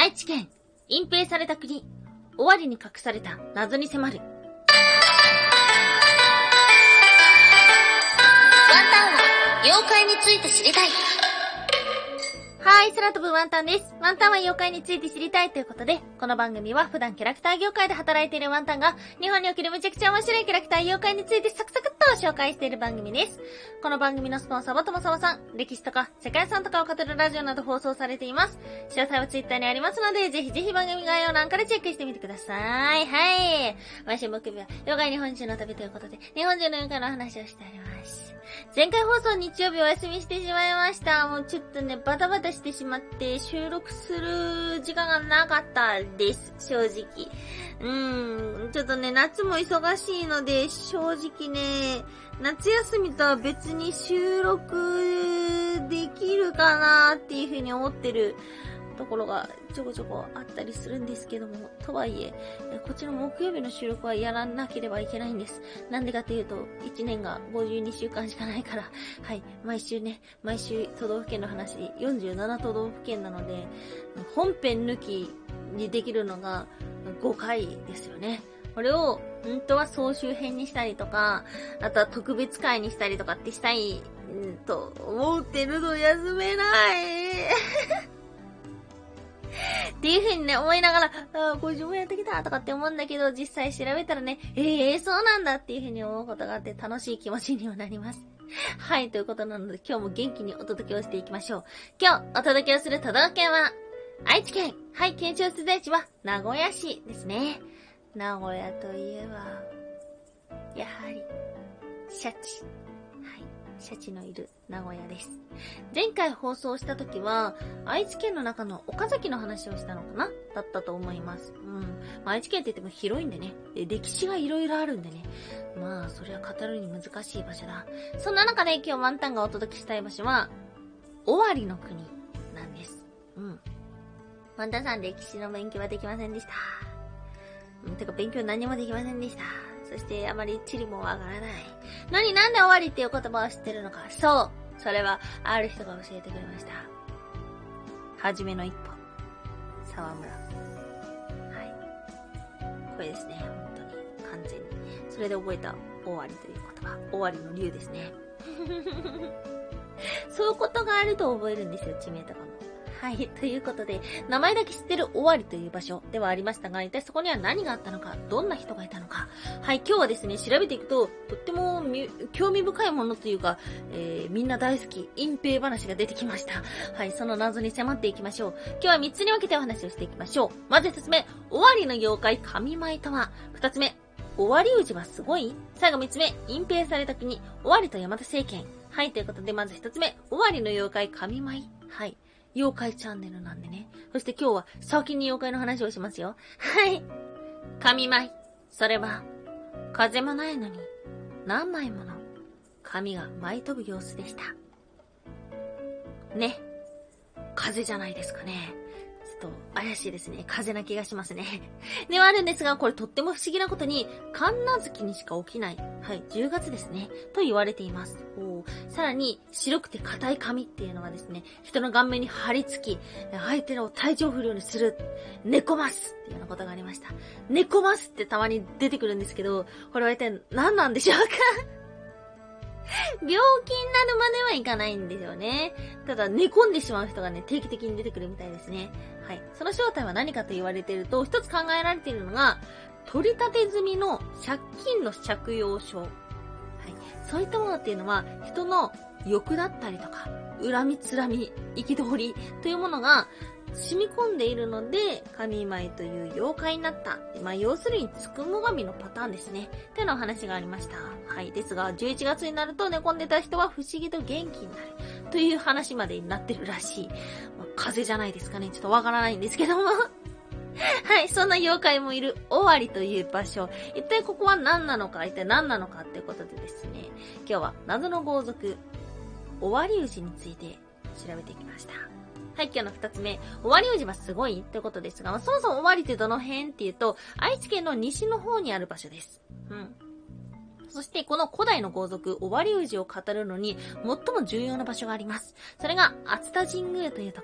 愛知県、隠蔽された国、尾張に隠された謎に迫る。ワンタンは妖怪について知りたい。はい、空飛ぶワンタンです。ワンタンは妖怪について知りたいということで、この番組は普段キャラクター業界で働いているワンタンが、日本におけるめちゃくちゃ面白いキャラクター妖怪についてサクサクっと紹介している番組です。この番組のスポンサーはともさまさん、歴史とか世界遺産とかを語るラジオなど放送されています。詳細はツイッターにありますので、ぜひぜひ番組概要欄からチェックしてみてください。はい。毎週木曜日は妖怪日本一の旅ということで、日本中の妖怪の話をしております。前回放送日曜日お休みしてしまいました。もうちょっとね、バタバタしてしまって収録する時間がなかったです。正直。ちょっとね、夏も忙しいので、正直ね、夏休みとは別に収録できるかなっていうふうに思ってるところがちょこちょこあったりするんですけども、とはいえ、こっちの木曜日の収録はやらなければいけないんです。なんでかっていうと、1年が52週間しかないから、はい、毎週都道府県の話、47都道府県なので、本編抜きにできるのが5回ですよね。これを、本当は総集編にしたりとか、あとは特別会にしたりとかってしたい、と思ってるの休めないっていう風にね、思いながら、今週もやってきたとかって思うんだけど、実際調べたらね、そうなんだっていう風に思うことがあって楽しい気持ちにはなります。はい、ということなので今日も元気にお届けをしていきましょう。今日お届けをする都道府県は、愛知県。はい、県庁所在地は名古屋市ですね。名古屋といえば、やはり、シャチ。シャチのいる名古屋です。前回放送した時は、愛知県の中の岡崎の話をしたのかなだったと思います。愛知県って言っても広いんでね、歴史がいろいろあるんでね。まあ、それは語るに難しい場所だ。そんな中で今日ワンタンがお届けしたい場所は、尾張の国なんです。ワンタンさん歴史の勉強はできませんでした。てか勉強何もできませんでした。そしてあまり地理もわからない。なんで尾張っていう言葉を知ってるのか。そう。それはある人が教えてくれました。はじめの一歩。沢村。これですね。本当に。完全に。それで覚えた尾張という言葉。尾張の竜ですね。そういうことがあると覚えるんですよ。地名とかも。はい。ということで、名前だけ知ってる尾張という場所ではありましたが、一体そこには何があったのか、どんな人がいたのか。はい。今日はですね、調べていくと、とっても興味深いものというか、みんな大好き、隠蔽話が出てきました。はい。その謎に迫っていきましょう。今日は3つに分けてお話をしていきましょう。まず1つ目、尾張の妖怪神舞とは。2つ目、尾張氏はすごい？最後3つ目、隠蔽された国、尾張と山田政権。はい。ということで、まず1つ目、尾張の妖怪神舞。はい。妖怪チャンネルなんでね。そして今日は先に妖怪の話をしますよ。はい。神舞。それは、風もないのに、何枚もの紙が舞い飛ぶ様子でした。ね。風じゃないですかね。ちょっと怪しいですね。風な気がしますね。ではあるんですが、これとっても不思議なことに、神無月にしか起きない。はい、10月ですね。と言われています。さらに、白くて硬い紙っていうのがですね、人の顔面に張り付き、相手を体調不良にする、寝込ますっていうようなことがありました。寝込ますってたまに出てくるんですけど、これは一体何なんでしょうか病気になるまではいかないんですよね。ただ寝込んでしまう人がね、定期的に出てくるみたいですね。はい。その正体は何かと言われていると、一つ考えられているのが、取り立て済みの借金の借用書。はい。そういったものっていうのは、人の欲だったりとか、恨みつらみ、憤りというものが染み込んでいるので、神舞という妖怪になった。要するにつくも神のパターンですね。というのお話がありました。はい。ですが、11月になると寝込んでた人は不思議と元気になる。という話までになってるらしい。風邪じゃないですかね。ちょっとわからないんですけども。はい。そんな妖怪もいる尾張という場所。一体ここは何なのか、一体何なのかっていうことでですね。今日は謎の豪族、尾張氏について調べてきました。はい、今日の2つ目。尾張氏はすごいってことですが、そもそも尾張ってどの辺っていうと、愛知県の西の方にある場所です。そしてこの古代の豪族、尾張氏を語るのに最も重要な場所があります。それが熱田神宮というところ。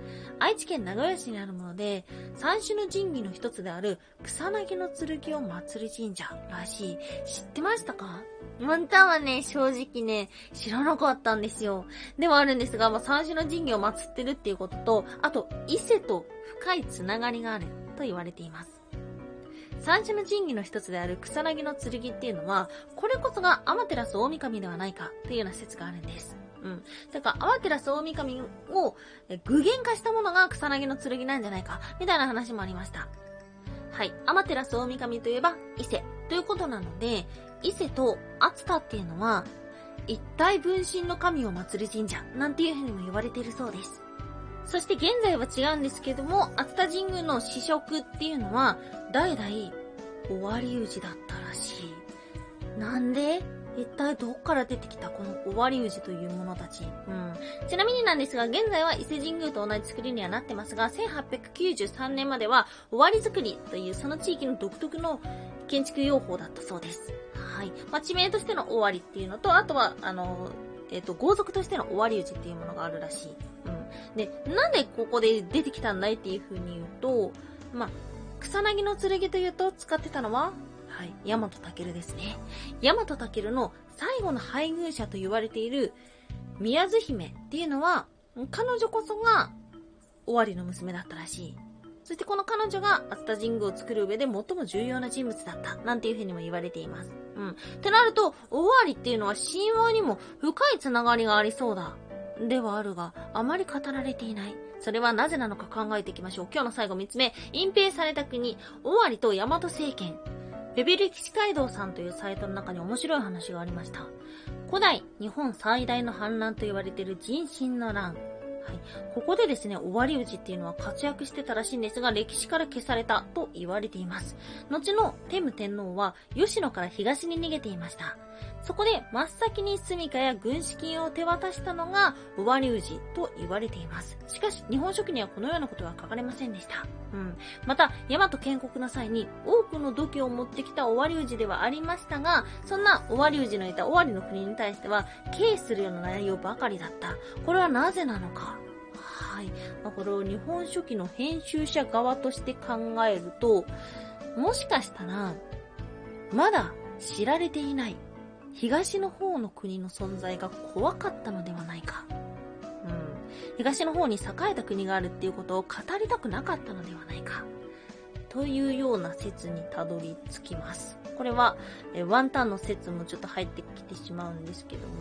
愛知県名古屋市にあるもので、三種の神器の一つである草薙の剣を祭る神社らしい。知ってましたか？ワンタンはね、正直ね、知らなかったんですよ。ではあるんですが、三種の神器を祭ってるっていうことと、あと、伊勢と深いつながりがあると言われています。三種の神器の一つである草薙の剣っていうのは、これこそが天照大神ではないかというような説があるんです。だから、天照大神を具現化したものが草薙の剣なんじゃないか、みたいな話もありました。はい。天照大神といえば、伊勢ということなので、伊勢と熱田っていうのは、一体分身の神を祀る神社、なんていうふうにも言われているそうです。そして現在は違うんですけども、熱田神宮の司職っていうのは、代々、尾張氏だったらしい。なんで？一体どっから出てきたこの尾張氏という者たち。ちなみになんですが、現在は伊勢神宮と同じ作りにはなってますが、1893年までは尾張造りというその地域の独特の建築用法だったそうです。はい。地名としての尾張っていうのと、あとは、豪族としての尾張氏っていうものがあるらしい。で、なんでここで出てきたんだいっていう風に言うと、草薙の剣というと使ってたのは、はい、大和武ですね。大和武の最後の配偶者と言われている宮津姫っていうのは、彼女こそが尾張の娘だったらしい。そしてこの彼女が熱田神宮を作る上で最も重要な人物だった、なんていう風にも言われています。ってなると、尾張っていうのは神話にも深いつながりがありそうだ。ではあるが、あまり語られていない。それはなぜなのか考えていきましょう。今日の最後3つ目、隠蔽された国、尾張と大和政権。ベベ歴史街道さんというサイトの中に面白い話がありました。古代日本最大の反乱と言われている人心の乱。はい。ここでですね、尾張氏っていうのは活躍してたらしいんですが、歴史から消されたと言われています。後の天武天皇は吉野から東に逃げていました。そこで真っ先に住処や軍資金を手渡したのが尾張氏と言われています。しかし、日本書紀にはこのようなことは書かれませんでした。また、大和建国の際に多くの土器を持ってきた尾張氏ではありましたが、そんな尾張氏のいた尾張の国に対しては、軽視するような内容ばかりだった。これはなぜなのか。はい。これを日本書紀の編集者側として考えると、もしかしたら、まだ知られていない東の方の国の存在が怖かったのではないか。東の方に栄えた国があるっていうことを語りたくなかったのではないか。というような説にたどり着きます。これは、ワンタンの説もちょっと入ってきてしまうんですけども、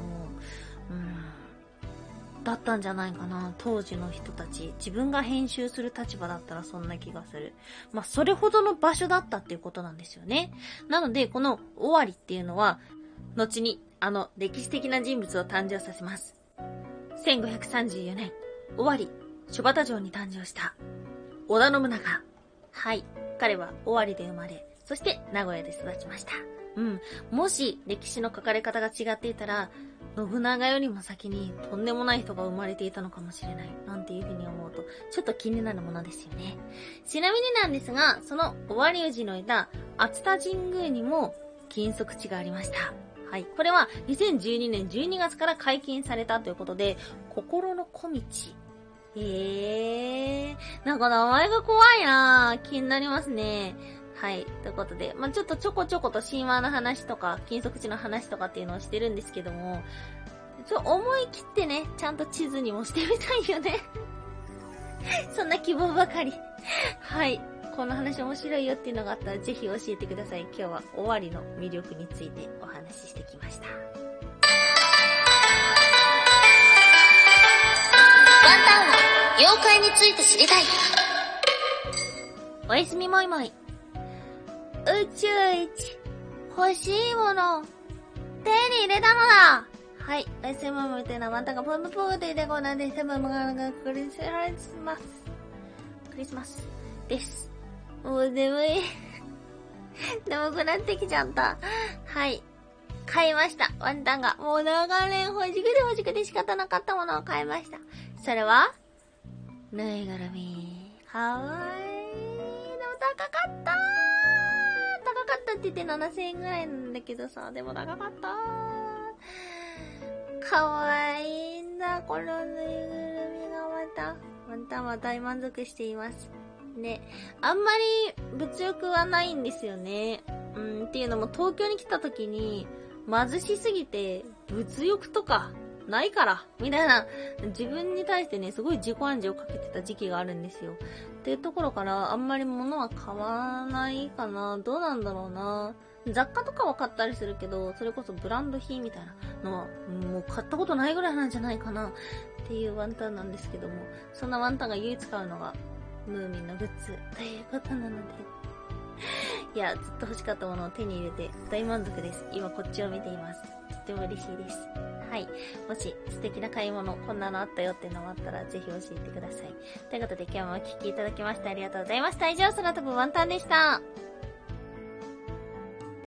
だったんじゃないかな。当時の人たち、自分が編集する立場だったらそんな気がする。それほどの場所だったっていうことなんですよね。なので、この尾張っていうのは、後に歴史的な人物を誕生させます。1534年、尾張、諸畑城に誕生した織田信長。はい、彼は尾張で生まれ、そして名古屋で育ちました。もし歴史の書かれ方が違っていたら、信長よりも先にとんでもない人が生まれていたのかもしれない、なんていう風に思うと、ちょっと気になるものですよね。ちなみになんですが、その尾張氏のいた熱田神宮にも禁足地がありました。はい。これは2012年12月から解禁されたということで、心の小道。なんか名前が怖いなぁ。気になりますね。はい。ということで、ちょっとちょこちょこと神話の話とか、禁足地の話とかっていうのをしてるんですけども、思い切ってね、ちゃんと地図にもしてみたいよね。そんな希望ばかり。はい。この話面白いよっていうのがあったらぜひ教えてください。今日は尾張の魅力についてお話ししてきました。ワンタンは妖怪について知りたい。おやすみもいもい。宇宙一欲しいもの手に入れたのだ。はい。おやすみもいもいというのはワンタンがポンポンポンと入れこなんでクリスマスです。もう眠い。眠くなってきちゃった。はい。買いました。ワンタンが。もう長年欲しくて仕方なかったものを買いました。それはぬいぐるみ。かわいい。でも高かったって言って7000円ぐらいなんだけどさ。でも高かった。かわいいんだ。このぬいぐるみがまた。 ワンタンは大満足しています。ね。あんまり物欲はないんですよね。っていうのも東京に来た時に貧しすぎて物欲とかないから、みたいな自分に対してね、すごい自己暗示をかけてた時期があるんですよ。っていうところからあんまり物は買わないかな。どうなんだろうな。雑貨とかは買ったりするけど、それこそブランド品みたいなのはもう買ったことないぐらいなんじゃないかなっていうワンタンなんですけども、そんなワンタンが唯一買うのがムーミンのグッズということなのでいや、ずっと欲しかったものを手に入れて大満足です。今こっちを見ています。とっても嬉しいです。はい。もし素敵な買い物、こんなのあったよっていうのもあったらぜひ教えてください。ということで今日もお聞きいただきましてありがとうございました。以上、空飛ぶワンタンでした。